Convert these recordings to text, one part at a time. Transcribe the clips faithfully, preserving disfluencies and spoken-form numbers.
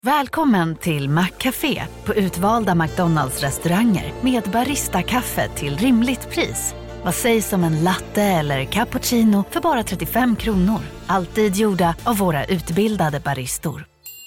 Välkommen till Maccafé på utvalda McDonalds-restauranger med Barista-kaffe till rimligt pris. Vad sägs om en latte eller cappuccino för bara trettiofem kronor? Alltid gjorda av våra utbildade baristor.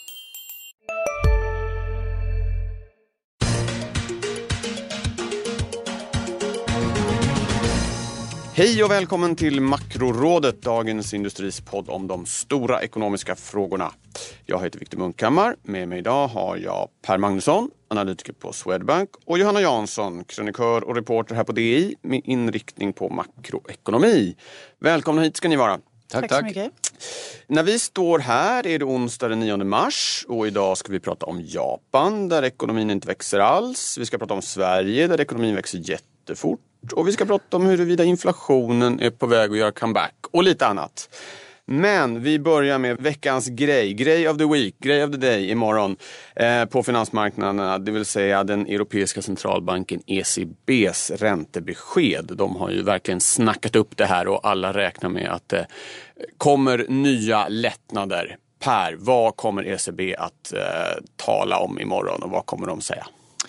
Hej och välkommen till Makrorådet, dagens industrispodd om de stora ekonomiska frågorna. Jag heter Viktor Munkhammar. Med mig idag har jag Per Magnusson, analytiker på Swedbank, och Johanna Jansson, krönikör och reporter här på D I med inriktning på makroekonomi. Välkomna hit ska ni vara. Tack, tack. Tack så mycket. När vi står här är det onsdag den nionde mars och idag ska vi prata om Japan där ekonomin inte växer alls. Vi ska prata om Sverige där ekonomin växer jättefort. Och vi ska prata om huruvida inflationen är på väg att göra comeback och lite annat. Men vi börjar med veckans grej, grej of the week, grej of the day imorgon eh, på finansmarknaderna. Det vill säga den europeiska centralbanken E C B:s räntebesked. De har ju verkligen snackat upp det här och alla räknar med att det eh, kommer nya lättnader. Per, vad kommer E C B att eh, tala om imorgon och vad kommer de säga?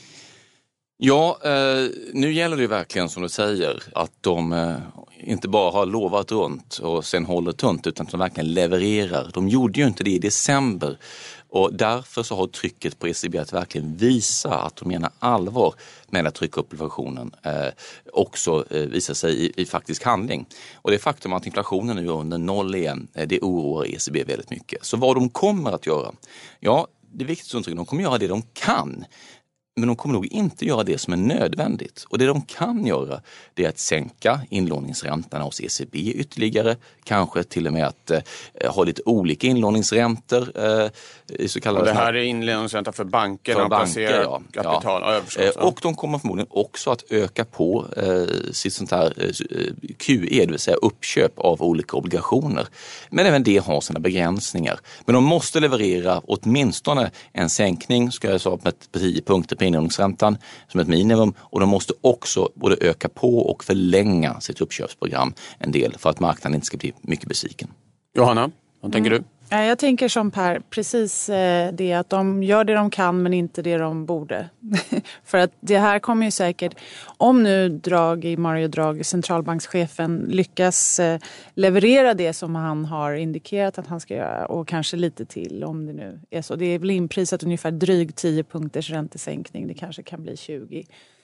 Ja, eh, nu gäller det verkligen som du säger att de eh, inte bara har lovat runt och sen håller tunt utan att de verkligen levererar. De gjorde ju inte det i december och därför så har trycket på E C B att verkligen visa att de menar allvar med att trycka upp inflationen eh, också eh, visar sig i, i faktisk handling. Och det faktum att inflationen nu är under noll igen, eh, det oroar E C B väldigt mycket. Så vad de kommer att göra? Ja, det är viktigt att de kommer göra det de kan. Men de kommer nog inte göra det som är nödvändigt. Och det de kan göra det är att sänka inlåningsräntorna hos E C B ytterligare. Kanske till och med att eh, ha lite olika inlåningsräntor. Eh, så kallade och det här är inlåningsräntor för bankerna och placerar ja. kapital. Ja. Eh, och de kommer förmodligen också att öka på eh, sitt sånt här eh, Q E, det vill säga uppköp av olika obligationer. Men även det har sina begränsningar. Men de måste leverera åtminstone en sänkning, ska jag säga, med tio punkter på inlåningsräntan som ett minimum, och de måste också både öka på och förlänga sitt uppköpsprogram en del för att marknaden inte ska bli mycket besviken. Johanna, vad tänker mm. du? Jag tänker som Per, precis det att de gör det de kan men inte det de borde. För att det här kommer ju säkert, om nu Draghi, Mario Draghi, centralbankschefen, lyckas leverera det som han har indikerat att han ska göra och kanske lite till om det nu är så. Det är väl inprisat ungefär drygt tio punkters räntesänkning, det kanske kan bli tjugo.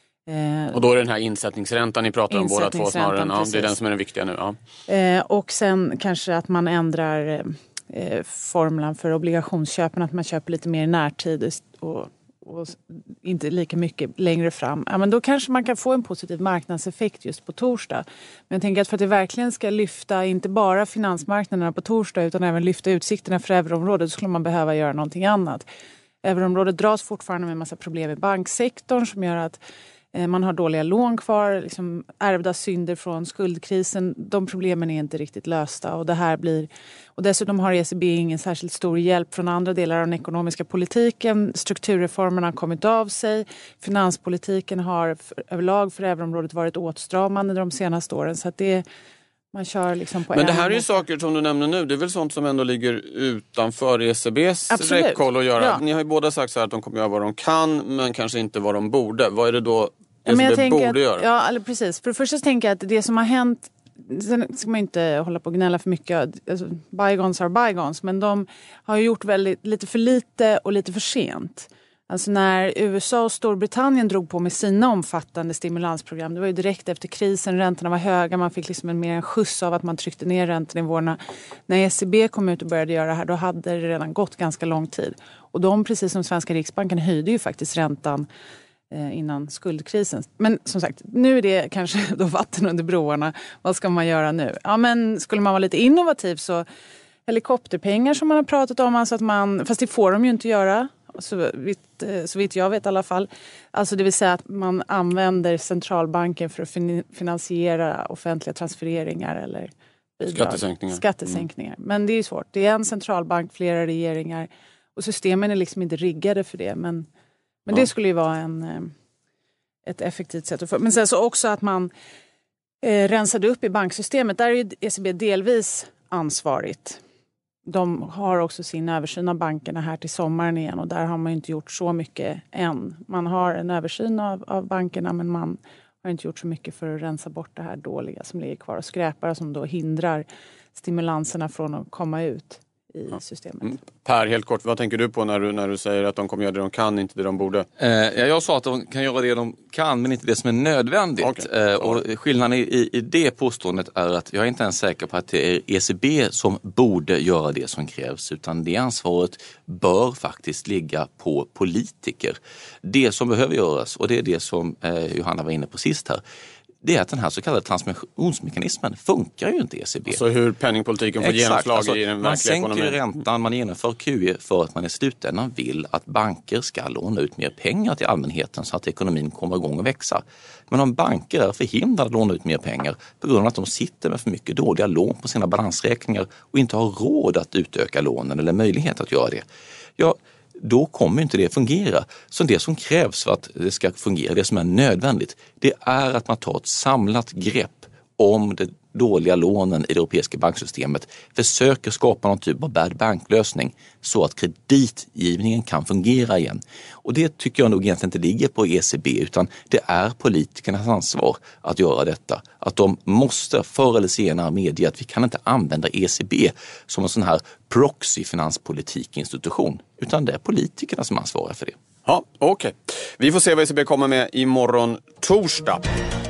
Och då är det den här insättningsräntan ni pratar om båda två snarare. Ja, det är den som är den viktiga nu. Ja. Och sen kanske att man ändrar formulan för obligationsköpen, att man köper lite mer i närtid och, och inte lika mycket längre fram. Ja, men då kanske man kan få en positiv marknadseffekt just på torsdag. Men jag tänker att för att det verkligen ska lyfta inte bara finansmarknaderna på torsdag utan även lyfta utsikterna för euroområdet, så skulle man behöva göra någonting annat. Euroområdet dras fortfarande med en massa problem i banksektorn som gör att man har dåliga lån kvar, liksom ärvda synder från skuldkrisen. De problemen är inte riktigt lösta och det här blir, och dessutom har E C B ingen särskilt stor hjälp från andra delar av den ekonomiska politiken. Strukturreformerna har kommit av sig. Finanspolitiken har för, överlag för euroområdet varit åtstramande de senaste åren, så att det man kör liksom på. Men det här är ju saker som du nämner nu, det är väl sånt som ändå ligger utanför E C B:s räckhåll att göra. Ja. Ni har ju båda sagt så här att de kommer göra vad de kan men kanske inte vad de borde. Vad är det då E C B borde att, göra? Ja, eller precis. För det första tänker jag att det som har hänt, sen ska man inte hålla på och gnälla för mycket, alltså, bygons are bygons, men de har ju gjort väldigt, lite för lite och lite för sent. Alltså när U S A och Storbritannien drog på med sina omfattande stimulansprogram, det var ju direkt efter krisen, räntorna var höga, man fick liksom en mer en skjuts av att man tryckte ner räntenivåerna. När E C B kom ut och började göra det här, då hade det redan gått ganska lång tid. Och de, precis som svenska Riksbanken, höjde ju faktiskt räntan eh, innan skuldkrisen. Men som sagt, nu är det kanske då vatten under broarna. Vad ska man göra nu? Ja, men skulle man vara lite innovativ så helikopterpengar som man har pratat om, alltså att man, fast det får de ju inte göra. Så vitt, så vitt jag vet i alla fall. Alltså det vill säga att man använder centralbanken för att finansiera offentliga transfereringar eller bidrag. Skattesänkningar. Skattesänkningar. Mm. Men det är ju svårt. Det är en centralbank, flera regeringar. Och systemen är liksom inte riggade för det. Men, men ja. Det skulle ju vara en, ett effektivt sätt att få. Men sen så också att man eh, rensade upp i banksystemet. Där är ju E C B delvis ansvarigt. de har också sin översyn av bankerna här till sommaren igen och där har man inte gjort så mycket än. Man har en översyn av, av bankerna men man har inte gjort så mycket för att rensa bort det här dåliga som ligger kvar och skräpare som då hindrar stimulanserna från att komma ut i systemet. Mm. Per, helt kort, vad tänker du på när du, när du säger att de kommer göra det de kan, inte det de borde? Eh, jag sa att de kan göra det de kan, men inte det som är nödvändigt. Okay. Eh, och skillnaden i, i det påståendet är att jag är inte ens säker på att det är E C B som borde göra det som krävs, utan det ansvaret bör faktiskt ligga på politiker. Det som behöver göras, och det är det som eh, Johanna var inne på sist här, det är att den här så kallade transmissionsmekanismen funkar ju inte i E C B. Så hur penningpolitiken får Exakt. genomslag alltså, i den verkliga ekonomin? Man sänker räntan, man genomför Q E för att man i slutändan vill att banker ska låna ut mer pengar till allmänheten så att ekonomin kommer igång och växa. Men om banker är förhindrade att låna ut mer pengar på grund av att de sitter med för mycket dåliga lån på sina balansräkningar och inte har råd att utöka lånen eller möjlighet att göra det, ja, då kommer inte det fungera. Så det som krävs för att det ska fungera, det som är nödvändigt, det är att man tar ett samlat grepp om det dåliga lånen i det europeiska banksystemet, försöker skapa någon typ av bad bank-lösning så att kreditgivningen kan fungera igen. Och det tycker jag nog egentligen inte ligger på E C B, utan det är politikernas ansvar att göra detta. Att de måste förr eller senare medge att vi kan inte använda E C B som en sån här proxy-finanspolitikinstitution, utan det är politikerna som ansvarar för det. Ja, okej. Okay. Vi får se vad E C B kommer med imorgon torsdag.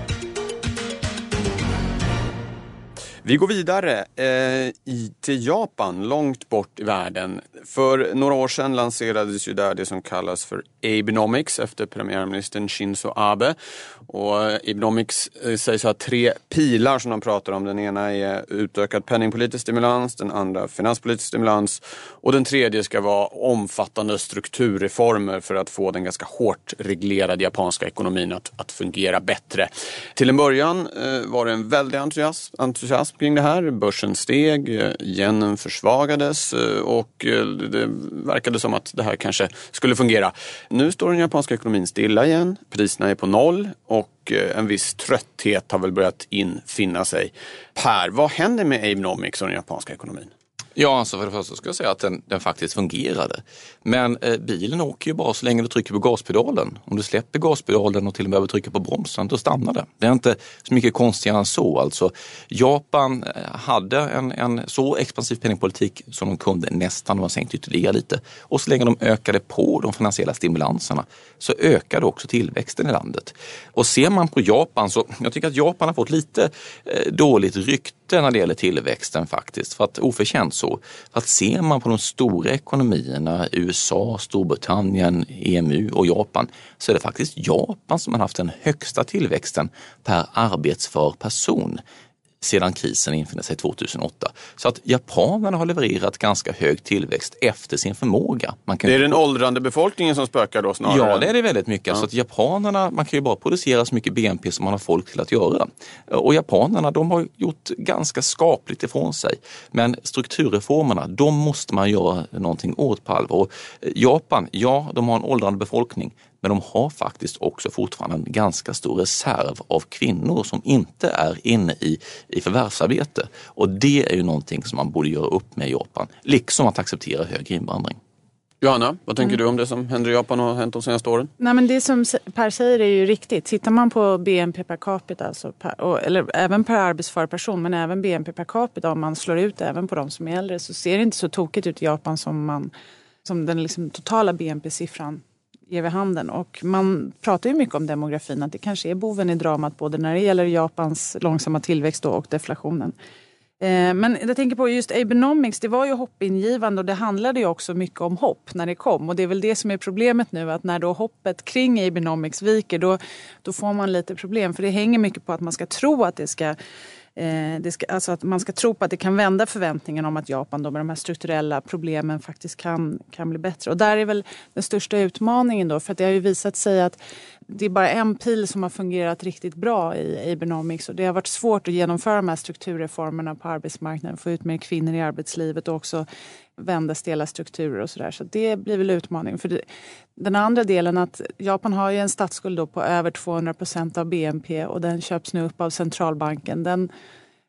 Vi går vidare eh, i, till Japan, långt bort i världen. För några år sedan lanserades ju där det som kallas för Abenomics efter premiärministern Shinzo Abe. Och Abenomics eh, sägs ha tre pilar som de pratar om. Den ena är utökad penningpolitisk stimulans, den andra finanspolitisk stimulans och den tredje ska vara omfattande strukturreformer för att få den ganska hårt reglerade japanska ekonomin att, att fungera bättre. Till en början eh, var det en väldig entusiasm, entusiasm kring det här. Börsen steg, yenen försvagades och det verkade som att det här kanske skulle fungera. Nu står den japanska ekonomin stilla igen, priserna är på noll och en viss trötthet har väl börjat infinna sig. Per, vad händer med Abenomics och den japanska ekonomin? Ja, alltså för det första ska jag säga att den, den faktiskt fungerade. Men eh, bilen åker ju bara så länge du trycker på gaspedalen. Om du släpper gaspedalen och till och med behöver trycka på bromsen, då stannar det. Det är inte så mycket konstigare än så. Alltså, Japan hade en, en så expansiv penningpolitik som de kunde nästan, de har sänkt ytterligare lite. Och så länge de ökade på de finansiella stimulanserna så ökade också tillväxten i landet. Och ser man på Japan så, jag tycker att Japan har fått lite eh, dåligt rykte när det gäller tillväxten faktiskt. För att oförtjänt så. För att ser man på de stora ekonomierna, U S A, Storbritannien, E M U och Japan, så är det faktiskt Japan som har haft den högsta tillväxten per arbetsför person sedan krisen infinner sig tjugohundraåtta. Så att japanerna har levererat ganska hög tillväxt efter sin förmåga. Man kan det är den åldrande befolkningen som spökar då snarare? Ja, det är det väldigt mycket. Ja. Så att japanerna, man kan ju bara producera så mycket B N P som man har folk till att göra. Och japanerna, de har gjort ganska skapligt ifrån sig. Men strukturreformerna, de måste man göra någonting åt på allvar. Och Japan, ja, de har en åldrande befolkning. Men de har faktiskt också fortfarande en ganska stor reserv av kvinnor som inte är inne i, i förvärvsarbete. Och det är ju någonting som man borde göra upp med i Japan. Liksom att acceptera högre invandring. Johanna, vad tänker mm. du om det som händer i Japan och har hänt de senaste åren? Nej, men det som Per säger är ju riktigt. Tittar man på B N P per capita, alltså per, och, eller även per arbetsför person, men även B N P per capita, om man slår ut även på de som är äldre, så ser det inte så tokigt ut i Japan som, man, som den liksom totala B N P-siffran ger vid handen. Och man pratar ju mycket om demografin, att det kanske är boven i dramat både när det gäller Japans långsamma tillväxt och deflationen. Eh, men jag tänker på just Abenomics, det var ju hoppingivande och det handlade ju också mycket om hopp när det kom. Och det är väl det som är problemet nu, att när då hoppet kring Abenomics viker, då, då får man lite problem. För det hänger mycket på att man ska tro att det ska Eh, det ska, alltså att man ska tro på att det kan vända förväntningen om att Japan då med de här strukturella problemen faktiskt kan, kan bli bättre. Och där är väl den största utmaningen då, för att det har ju visat sig att det är bara en pil som har fungerat riktigt bra i Abenomics, och det har varit svårt att genomföra de här strukturreformerna på arbetsmarknaden, få ut mer kvinnor i arbetslivet och också vända stela strukturer och sådär. Så det blir väl utmaningen. För det, den andra delen, att Japan har ju en statsskuld då på över tvåhundra procent av B N P och den köps nu upp av centralbanken. Den,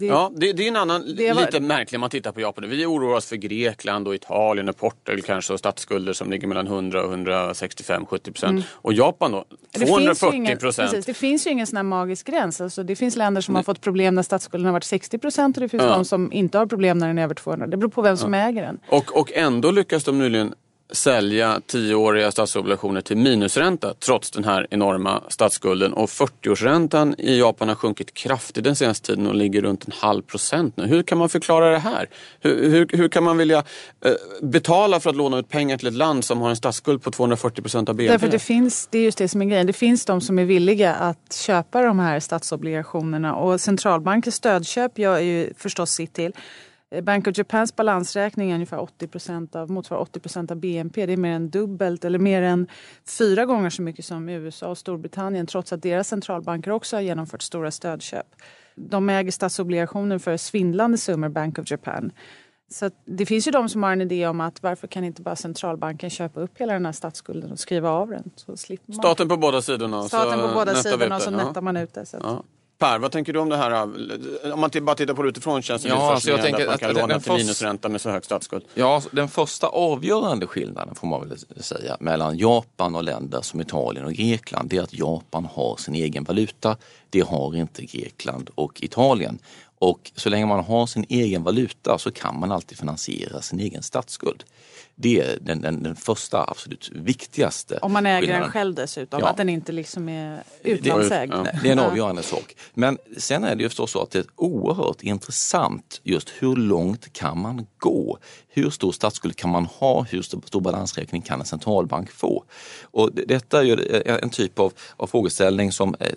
det, ja, det, det är en annan det var... lite märklig om man tittar på Japan. Vi oroar oss för Grekland och Italien och Portugal kanske och statsskulder som ligger mellan hundra och hundrasextiofem till sjuttio procent. Mm. Och Japan då, tvåhundrafyrtio procent. Det, det finns ju ingen sån här magisk gräns. Alltså, det finns länder som Nej. har fått problem när statsskulden har varit sextio procent och det finns ja. de som inte har problem när den är över tvåhundra. Det beror på vem som ja. äger den. Och, och ändå lyckas de nyligen sälja tioåriga statsobligationer till minusränta trots den här enorma statsskulden. Och fyrtioårsräntan i Japan har sjunkit kraftigt den senaste tiden och ligger runt en halv procent nu. Hur kan man förklara det här? Hur, hur, hur kan man vilja eh, betala för att låna ut pengar till ett land som har en statsskuld på tvåhundrafyrtio procent av B N P? Därför det finns, det är just det som är grejen. Det finns de som är villiga att köpa de här statsobligationerna och centralbankens stödköp gör ju förstås sitt till. Bank of Japans balansräkning är ungefär åttio procent av, motsvarar åttio procent av B N P. Det är mer än dubbelt eller mer än fyra gånger så mycket som U S A och Storbritannien trots att deras centralbanker också har genomfört stora stödköp. De äger statsobligationer för svindlande summor, Bank of Japan. Så att det finns ju de som har en idé om att varför kan inte bara centralbanken köpa upp hela den här statsskulden och skriva av den? Så slipper man. Staten på båda sidorna. Staten på båda sidorna och så nettar ja. man ut det. Så att... ja. Per, vad tänker du om det här? Om man bara tittar på det utifrån känns det ja, alltså jag tänker att man kan att låna till först... minusränta med så hög statsskuld. Ja, den första avgörande skillnaden får man väl säga mellan Japan och länder som Italien och Grekland, det är att Japan har sin egen valuta. Det har inte Grekland och Italien. Och så länge man har sin egen valuta så kan man alltid finansiera sin egen statsskuld. Det är den, den, den första absolut viktigaste. Om man äger skillnaden. Den själv dessutom, ja. Att den inte liksom är utlandsägd. Det, ja. det är en avgörande sak. Men sen är det ju förstås så att det är oerhört intressant just hur långt kan man gå? Hur stor statsskuld kan man ha? Hur stor balansräkning kan en centralbank få? Och detta är ju en typ av, av frågeställning som eh,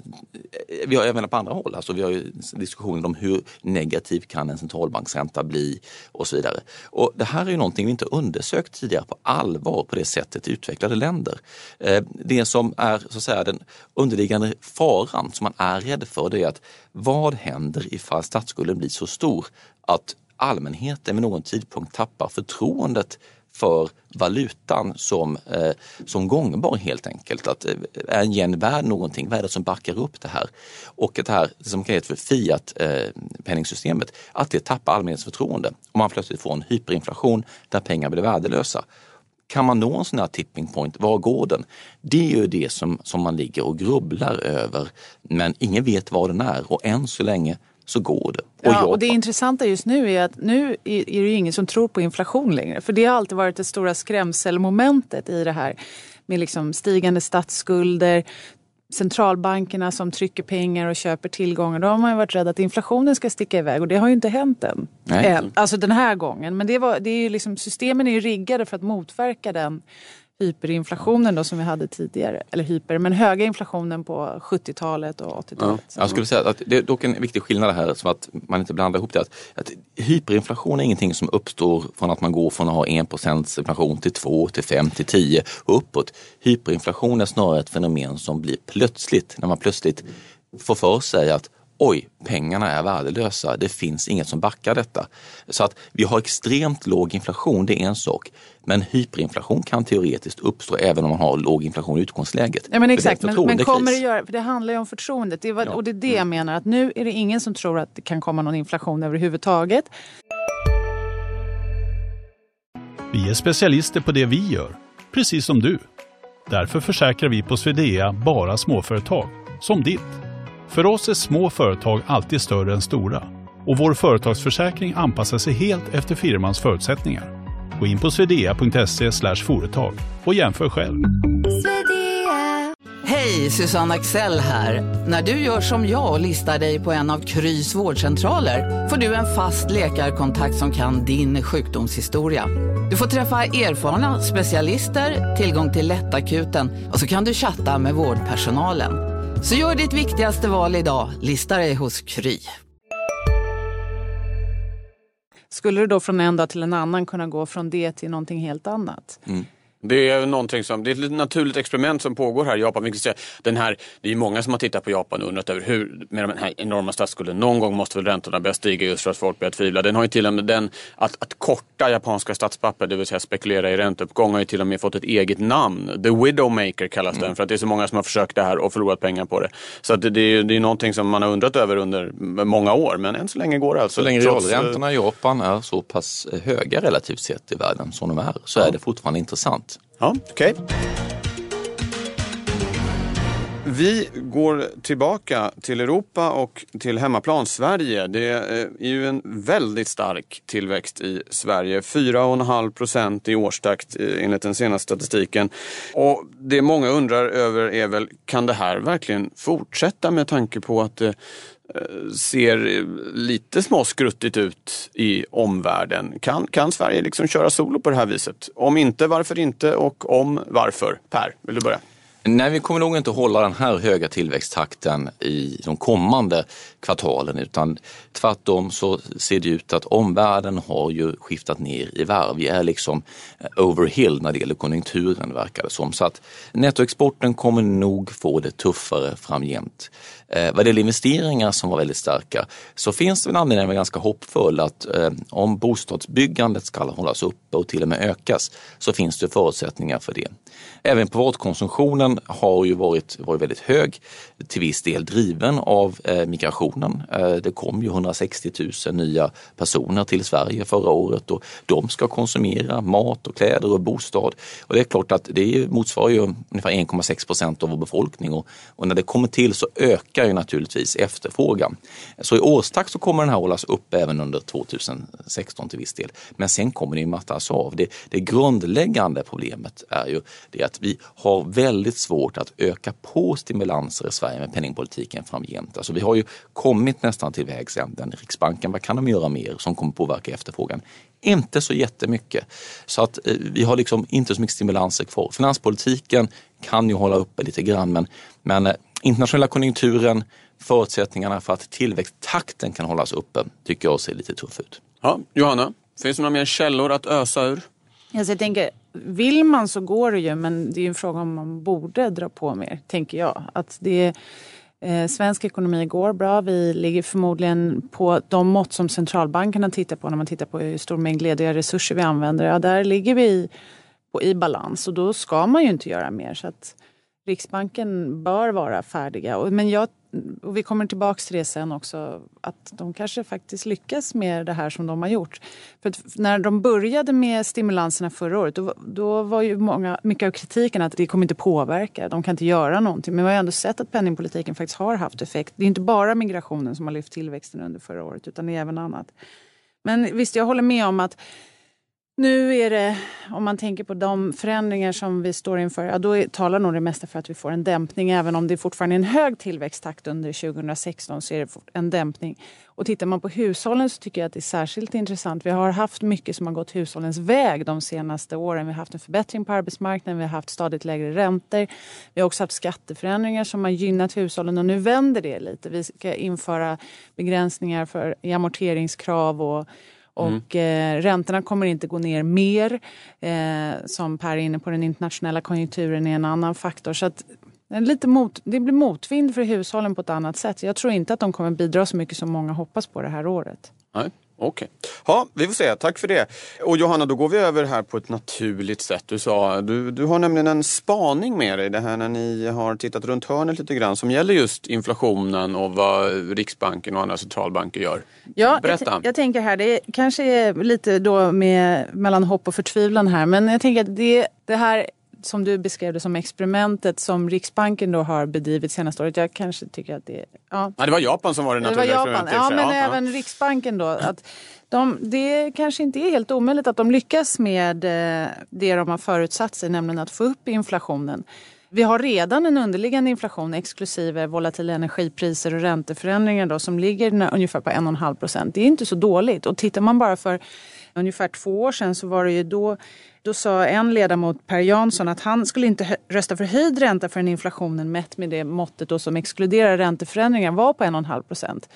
vi har även på andra håll. Alltså vi har ju diskussioner om hur negativ kan en centralbanksränta bli och så vidare. Och det här är ju någonting vi inte undersökt tidigare på allvar på det sättet i utvecklade länder. Eh, det som är så att säga den underliggande faran som man är rädd för, det är att vad händer ifall statsskulden blir så stor att allmänheten med någon tidpunkt tappar förtroendet för valutan som, eh, som gångbar helt enkelt. Att eh, är en yen värd någonting? Vad är det som backar upp det här? Och det här som kallas för fiat-penningsystemet, eh, att det tappar allmänhetens förtroende. Om man plötsligt får en hyperinflation där pengar blir värdelösa. Kan man nå en sån här tipping point? Var går den? Det är ju det som, som man ligger och grubblar över. Men ingen vet vad den är och än så länge så går det. Och, ja, och det intressanta just nu är att nu är det ju ingen som tror på inflation längre. För det har alltid varit det stora skrämselmomentet i det här med liksom stigande statsskulder, centralbankerna som trycker pengar och köper tillgångar. Då har man ju varit rädd att inflationen ska sticka iväg och det har ju inte hänt än. än alltså den här gången. Men det var, det är ju liksom, systemen är ju riggade för att motverka den hyperinflationen då som vi hade tidigare. Eller hyper, men höga inflationen på sjuttiotalet och åttiotalet. Ja, jag skulle säga att det är dock en viktig skillnad här som att man inte blandar ihop det. Att, att hyperinflation är ingenting som uppstår från att man går från att ha en procent inflation till två, till fem, till tio och uppåt. Hyperinflation är snarare ett fenomen som blir plötsligt, när man plötsligt får för sig att oj, pengarna är värdelösa. Det finns inget som backar detta. Så att vi har extremt låg inflation, det är en sak. Men hyperinflation kan teoretiskt uppstå även om man har låg inflation i utgångsläget. Ja, men exakt, men, men kommer det göra, för det handlar ju om förtroendet. Det var, ja. Och det är det jag menar, att nu är det ingen som tror att det kan komma någon inflation överhuvudtaget. Vi är specialister på det vi gör, precis som du. Därför försäkrar vi på Swedea bara småföretag, som ditt. För oss är små företag alltid större än stora och vår företagsförsäkring anpassar sig helt efter firmans förutsättningar. Gå in på swedea punkt se slash företag och jämför själv. Hej, Susanne Axel här. När du gör som jag och listar dig på en av Krys vårdcentraler får du en fast läkarkontakt som kan din sjukdomshistoria. Du får träffa erfarna specialister, tillgång till lättakuten och så kan du chatta med vårdpersonalen. Så gör ditt viktigaste val idag. Lista dig hos Kry. Skulle du då från en dag till en annan kunna gå från det till någonting helt annat? Mm. Det är någonting som, det är ett naturligt experiment som pågår här i Japan. Den här, det är många som har tittat på Japan och undrat över hur med den här enorma statsskulden. Någon gång måste väl räntorna börja stiga just för att folk börjar tvivla. Den har ju till och med den, att, att korta japanska statspapper, det vill säga spekulera i ränteuppgång, har ju till och med fått ett eget namn. The Widowmaker kallas den, för att det är så många som har försökt det här och förlorat pengar på det. Så att det, det, är, det är någonting som man har undrat över under många år, men än så länge går det alltså. Så länge realräntorna i Japan är så pass höga relativt sett i världen som de är, så ja. är det fortfarande intressant. Ja, okej. Okay. Vi går tillbaka till Europa och till hemmaplan Sverige. Det är ju en väldigt stark tillväxt i Sverige. fyra komma fem procent i årstakt enligt den senaste statistiken. Och det många undrar över är väl, kan det här verkligen fortsätta med tanke på att det ser lite småskruttigt ut i omvärlden? Kan, kan Sverige liksom köra solo på det här viset? Om inte, varför inte? Och om, varför? Per, vill du börja? Nej, vi kommer nog inte hålla den här höga tillväxttakten i de kommande kvartalen, utan tvärtom så ser det ut att omvärlden har ju skiftat ner i varv. Vi är liksom overhill när det gäller konjunkturen, verkar det som. Så att nettoexporten kommer nog få det tuffare framgent. Eh, vad det gäller investeringar som var väldigt starka, så finns det en anledning att vara ganska hoppfull att eh, om bostadsbyggandet ska hållas uppe och till och med ökas, så finns det förutsättningar för det. Även privatkonsumtionen har ju varit, varit väldigt hög, till viss del driven av eh, migrationen. Eh, det kom ju hundrasextio tusen nya personer till Sverige förra året och de ska konsumera mat och kläder och bostad. Och det är klart att det motsvarar ju ungefär en komma sex procent av vår befolkning och, och när det kommer till så ökar ju naturligtvis efterfrågan. Så i årstakt så kommer den här hållas upp även under tjugohundrasexton till viss del. Men sen kommer det ju mattas av. Det, det grundläggande problemet är ju det att vi har väldigt svårt att öka på stimulanser i Sverige med penningpolitiken framgent. Alltså vi har ju kommit nästan till vägs änden. Riksbanken, vad kan de göra mer som kommer påverka efterfrågan? Inte så jättemycket. Så att eh, vi har liksom inte så mycket stimulanser kvar. Finanspolitiken kan ju hålla uppe lite grann, men, men eh, internationella konjunkturen, förutsättningarna för att tillväxttakten kan hållas uppe tycker jag ser lite tuff ut. Ja, Johanna, finns det några mer källor att ösa ur? Alltså jag tänker, vill man så går det ju, men det är ju en fråga om man borde dra på mer, tänker jag. Att det eh, svensk ekonomi går bra, vi ligger förmodligen på de mått som centralbankerna tittar på när man tittar på hur stor mängd lediga resurser vi använder. Ja, där ligger vi på, i balans och då ska man ju inte göra mer, så att Riksbanken bör vara färdiga. Och, men jag, och vi kommer tillbaka till det sen också, att de kanske faktiskt lyckas med det här som de har gjort. För att när de började med stimulanserna förra året, då, då var ju många, mycket av kritiken att det kommer inte påverka, de kan inte göra någonting. Men vi har ändå sett att penningpolitiken faktiskt har haft effekt. Det är inte bara migrationen som har lyft tillväxten under förra året, utan det är även annat. Men visst, jag håller med om att nu är det, om man tänker på de förändringar som vi står inför, ja, då talar nog det mesta för att vi får en dämpning. Även om det fortfarande är en hög tillväxttakt under tjugohundrasexton så är det en dämpning. Och tittar man på hushållen så tycker jag att det är särskilt intressant. Vi har haft mycket som har gått hushållens väg de senaste åren. Vi har haft en förbättring på arbetsmarknaden, vi har haft stadigt lägre räntor. Vi har också haft skatteförändringar som har gynnat hushållen och nu vänder det lite. Vi ska införa begränsningar för amorteringskrav och Och mm. eh, räntorna kommer inte gå ner mer. Eh, som Per är inne på, den internationella konjunkturen är en annan faktor. Så att lite mot, det blir motvind för hushållen på ett annat sätt. Jag tror inte att de kommer bidra så mycket som många hoppas på det här året. Nej. Okej. Ja, vi får se. Tack för det. Och Johanna, då går vi över här på ett naturligt sätt. Du sa, du, du har nämligen en spaning med dig. Det här när ni har tittat runt hörnet lite grann som gäller just inflationen och vad Riksbanken och andra centralbanker gör. Ja, berätta. Jag, jag tänker här, det kanske är lite då med mellan hopp och förtvivlan här. Men jag tänker att det, det här som du beskrev det som experimentet som Riksbanken då har bedrivit senaste året. Jag kanske tycker att det... Ja, ja det var Japan som var det naturliga det var Japan. Ja, men ja, även ja. Riksbanken då. Att de, det kanske inte är helt omöjligt att de lyckas med det de har förutsatt sig, nämligen att få upp inflationen. Vi har redan en underliggande inflation exklusive volatila energipriser och ränteförändringar då, som ligger ungefär på en komma fem procent. Det är inte så dåligt. Och tittar man bara för ungefär två år sedan så var det ju då, då sa en ledamot, Per Jansson, att han skulle inte rösta för höjd ränta för en inflationen mätt med det måttet då som exkluderar ränteförändringar var på en komma fem procent.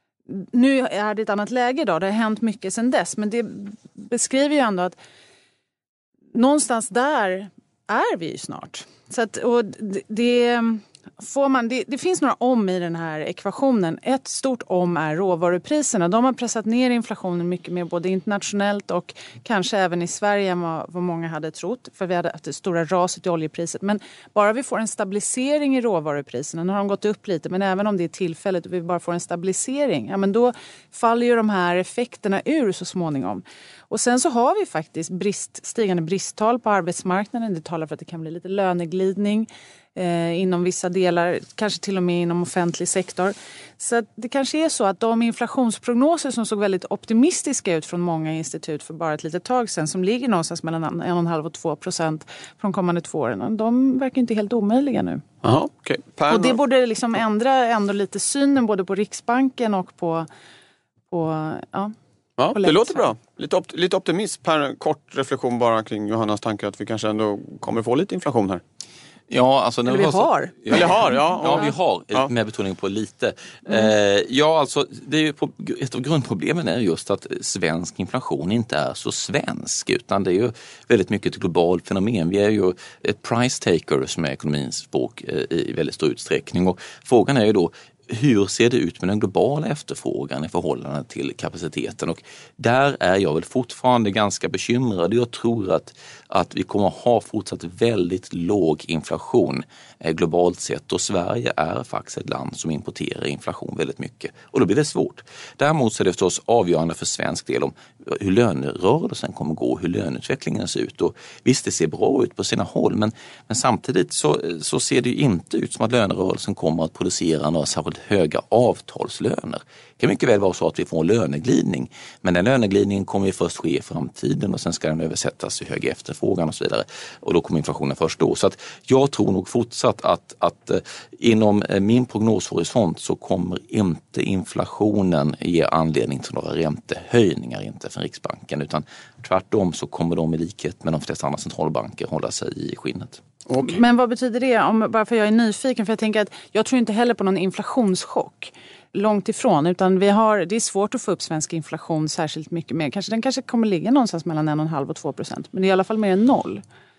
Nu är det ett annat läge då, det har hänt mycket sedan dess, men det beskriver ju ändå att någonstans där är vi ju snart. Så att, och det, det, får man, det, det finns några om i den här ekvationen. Ett stort om är råvarupriserna. De har pressat ner inflationen mycket mer både internationellt och kanske även i Sverige än vad, vad många hade trott. För vi hade haft det stora raset i oljepriset. Men bara vi får en stabilisering i råvarupriserna, nu har de gått upp lite, men även om det är tillfälligt och vi bara får en stabilisering, ja, men då faller ju de här effekterna ur så småningom. Och sen så har vi faktiskt brist, stigande bristtal på arbetsmarknaden. Det talar för att det kan bli lite löneglidning eh, inom vissa delar, kanske till och med inom offentlig sektor. Så att det kanske är så att de inflationsprognoser som såg väldigt optimistiska ut från många institut för bara ett litet tag sedan, som ligger någonstans mellan en komma fem och två procent från kommande två åren, de verkar inte helt omöjliga nu. Aha, okay. Och det borde liksom ändra ändå lite synen både på Riksbanken och på... på ja. Ja, det låter bra. Lite, opt- lite optimism. Per, kort reflektion bara kring Johannas tankar att vi kanske ändå kommer få lite inflation här. Ja, alltså... Eller vi har. har. Ja. Eller har, ja. Ja, vi har, ja. Med betoning på lite. Mm. Eh, ja, alltså, det är ju på, ett av grundproblemen är just att svensk inflation inte är så svensk, utan det är ju väldigt mycket ett globalt fenomen. Vi är ju ett price taker som är ekonomins språk eh, i väldigt stor utsträckning. Och frågan är ju då, hur ser det ut med den globala efterfrågan i förhållande till kapaciteten? Och där är jag väl fortfarande ganska bekymrad. Jag tror att, att vi kommer att ha fortsatt väldigt låg inflation eh, globalt sett. Och Sverige är faktiskt ett land som importerar inflation väldigt mycket. Och då blir det svårt. Däremot så är det förstås avgörande för svensk del om hur lönerörelsen kommer gå, hur löneutvecklingen ser ut. Och visst, det ser bra ut på sina håll, men, men samtidigt så, så ser det ju inte ut som att lönerörelsen kommer att producera några särskilt höga avtalslöner. Det kan mycket väl vara så att vi får en löneglidning, men den löneglidningen kommer ju först ske i framtiden och sen ska den översättas i hög efterfrågan och så vidare. Och då kommer inflationen först då. Så att jag tror nog fortsatt att, att eh, inom eh, min prognoshorisont så kommer inte inflationen ge anledning till några räntehöjningar, inte från Riksbanken, utan tvärtom så kommer de i likhet med de flesta andra centralbanker hålla sig i skinnet. Okay. Men vad betyder det? Om, bara för jag är nyfiken, för jag tänker att jag tror inte heller på någon inflationschock. Långt ifrån, utan vi har, det är svårt att få upp svensk inflation särskilt mycket mer. Kanske, den kanske kommer ligga någonstans mellan en komma fem och två procent, men det är i alla fall mer än noll.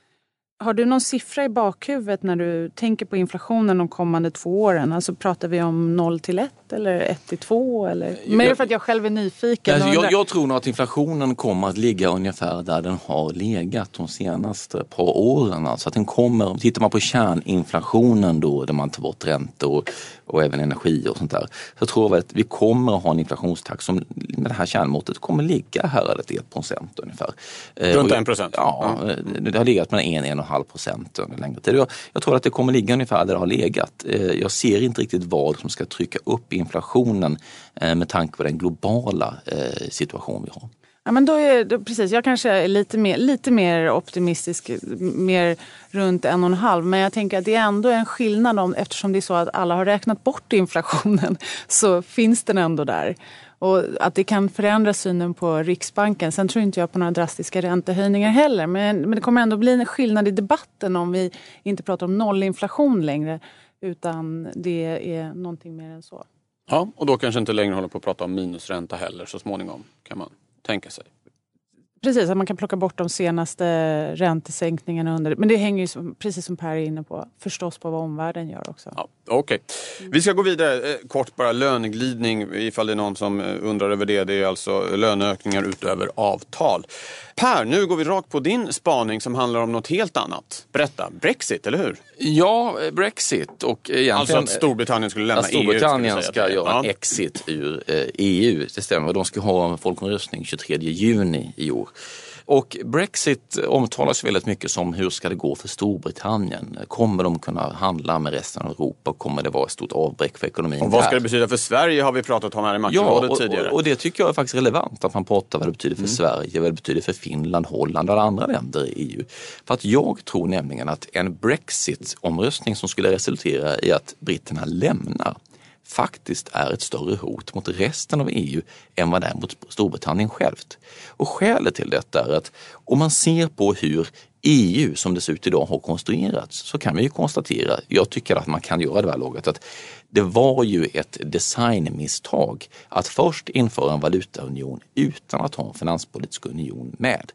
Har du någon siffra i bakhuvudet när du tänker på inflationen de kommande två åren? Alltså pratar vi om noll till ett eller ett till två? Eller? Mer för att jag själv är nyfiken. Alltså, jag, jag tror nog att inflationen kommer att ligga ungefär där den har legat de senaste par åren. Alltså att den kommer, tittar man på kärninflationen då, där man tar bort räntor och, och även energi och sånt där, så tror jag att vi kommer att ha en inflationstakt som med det här kärnmåttet kommer ligga här eller ett procent ungefär. Runt en procent? Ja, det har legat mellan en, en och en halv procent under längre tid. Jag, jag tror att det kommer ligga ungefär där det har legat. Jag ser inte riktigt vad som ska trycka upp inflationen med tanke på den globala situation vi har. Ja, men då är det, precis, jag kanske är lite mer, lite mer optimistisk, mer runt en och en halv. Men jag tänker att det är ändå en skillnad om, eftersom det är så att alla har räknat bort inflationen, så finns den ändå där. Och att det kan förändra synen på Riksbanken. Sen tror inte jag på några drastiska räntehöjningar heller. Men, men det kommer ändå bli en skillnad i debatten om vi inte pratar om nollinflation längre. Utan det är någonting mer än så. Ja, och då kanske inte längre håller på att prata om minusränta heller så småningom, kan man tänka sig. Precis, att man kan plocka bort de senaste räntesänkningarna under. Men det hänger ju, som, precis som Per är inne på, förstås på vad omvärlden gör också. Ja, okej. Okay. Vi ska gå vidare. Eh, kort bara, löneglidning, ifall det är någon som undrar över det. Det är alltså löneökningar utöver avtal. Per, nu går vi rakt på din spaning som handlar om något helt annat. Berätta, Brexit, eller hur? Ja, Brexit. Och egentligen, alltså att Storbritannien skulle lämna att Storbritannien E U. Storbritannien ska, ska göra ja. en exit ur eh, E U. Det stämmer. De ska ha en folkomröstning tjugotredje juni i år. Och Brexit omtalas väldigt mycket som hur ska det gå för Storbritannien? Kommer de kunna handla med resten av Europa? Kommer det vara ett stort avbräck för ekonomin? Och vad där? ska det betyda för Sverige har vi pratat om här i Macronrådet ja, tidigare. Och, och det tycker jag är faktiskt relevant att man pratar vad det betyder för mm. Sverige, vad det betyder för Finland, Holland och alla andra länder i E U. För att jag tror nämligen att en Brexit-omröstning som skulle resultera i att britterna lämnar faktiskt är ett större hot mot resten av E U än vad det är mot Storbritannien självt. Och skälet till detta är att om man ser på hur E U som det ser ut idag har konstruerats, så kan vi ju konstatera, jag tycker att man kan göra det här laget, att det var ju ett designmisstag att först införa en valutaunion utan att ha en finanspolitisk union med.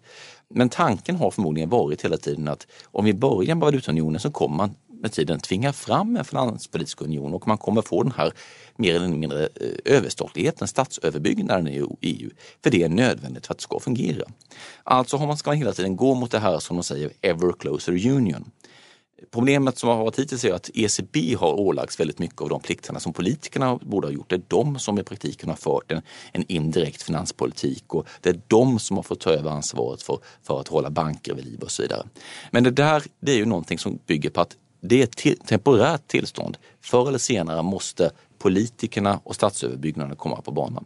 Men tanken har förmodligen varit hela tiden att om vi börjar med valutaunionen så kommer man med tiden tvinga fram en finanspolitisk union och man kommer få den här mer eller mindre överstatligheten, statsöverbyggnaden i E U. För det är nödvändigt för att det ska fungera. Alltså har man, ska man hela tiden gå mot det här som de säger ever closer union. Problemet som har varit hittills är att E C B har ålagts väldigt mycket av de plikterna som politikerna borde ha gjort. Det är de som i praktiken har fört en, en indirekt finanspolitik och det är de som har fått ta över ansvaret för, för att hålla banker vid liv och så vidare. Men det där, det är ju någonting som bygger på att det är ett till, temporärt tillstånd. Förr eller senare måste politikerna och statsöverbyggnaderna komma på banan.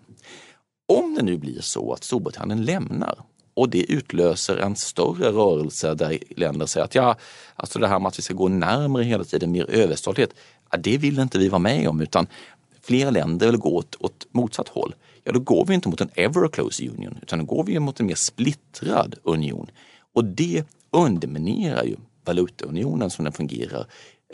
Om det nu blir så att Storbritannien lämnar och det utlöser en större rörelse där länder säger att ja, alltså det här med att vi ska gå närmare hela tiden, mer överstatlighet, ja, det vill inte vi vara med om, utan fler länder vill gå åt, åt motsatt håll. Ja, då går vi inte mot en ever close union, utan då går vi mot en mer splittrad union. Och det underminerar ju valutaunionen som den fungerar.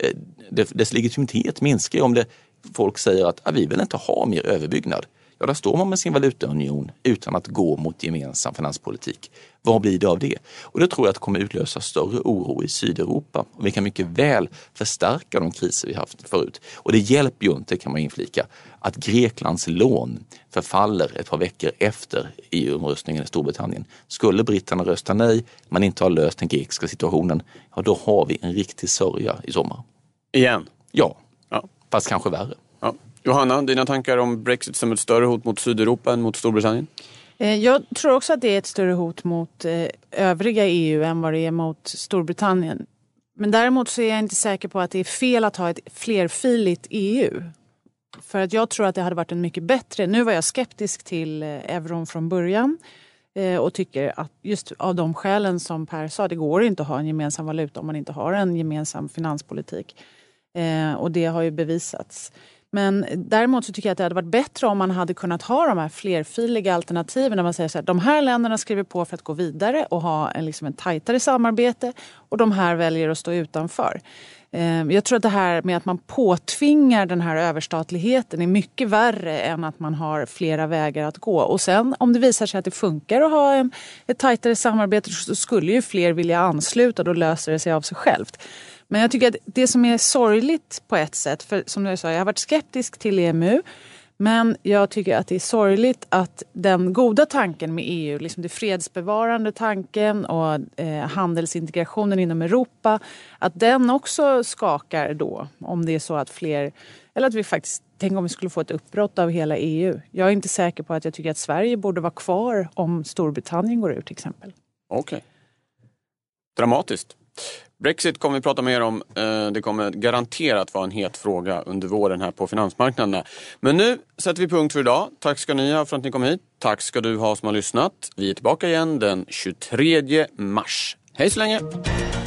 Dess legitimitet minskar om det folk säger att ja, vi vill inte ha mer överbyggnad. Ja, där står man med sin valutaunion utan att gå mot gemensam finanspolitik. Vad blir det av det? Och det tror jag att kommer utlösa större oro i Sydeuropa. Och vi kan mycket väl förstärka de kriser vi haft förut. Och det hjälper ju inte, kan man inflika, att Greklands lån förfaller ett par veckor efter E U-omröstningen i Storbritannien. Skulle britterna rösta nej, men inte har löst den grekiska situationen, ja, då har vi en riktig sörja i sommar. Igen? Ja, ja. Fast kanske värre. Ja. Johanna, dina tankar om Brexit som ett större hot mot Sydeuropa än mot Storbritannien? Jag tror också att det är ett större hot mot övriga E U än vad det är mot Storbritannien. Men däremot så är jag inte säker på att det är fel att ha ett flerfiligt E U. För att jag tror att det hade varit en mycket bättre... Nu var jag skeptisk till euron från början och tycker att just av de skälen som Per sa, det går inte att ha en gemensam valuta om man inte har en gemensam finanspolitik. Och det har ju bevisats. Men däremot så tycker jag att det hade varit bättre om man hade kunnat ha de här flerfiliga alternativen när man säger så här, de här länderna skriver på för att gå vidare och ha en, liksom en tajtare samarbete och de här väljer att stå utanför. Jag tror att det här med att man påtvingar den här överstatligheten är mycket värre än att man har flera vägar att gå. Och sen om det visar sig att det funkar att ha en, ett tajtare samarbete så skulle ju fler vilja ansluta och då löser det sig av sig självt. Men jag tycker att det som är sorgligt på ett sätt, för som jag sa, jag har varit skeptisk till E M U, men jag tycker att det är sorgligt att den goda tanken med E U, liksom det fredsbevarande tanken och eh, handelsintegrationen inom Europa, att den också skakar då om det är så att fler, eller att vi faktiskt, tänk om vi skulle få ett uppbrott av hela E U. Jag är inte säker på att jag tycker att Sverige borde vara kvar om Storbritannien går ur till exempel. Okej. Okay. Dramatiskt. Brexit kommer vi prata mer om. Det kommer garanterat vara en het fråga under våren här på finansmarknaderna. Men nu sätter vi punkt för idag. Tack ska ni ha för att ni kom hit. Tack ska du ha som har lyssnat. Vi är tillbaka igen den tjugotredje mars. Hej så länge!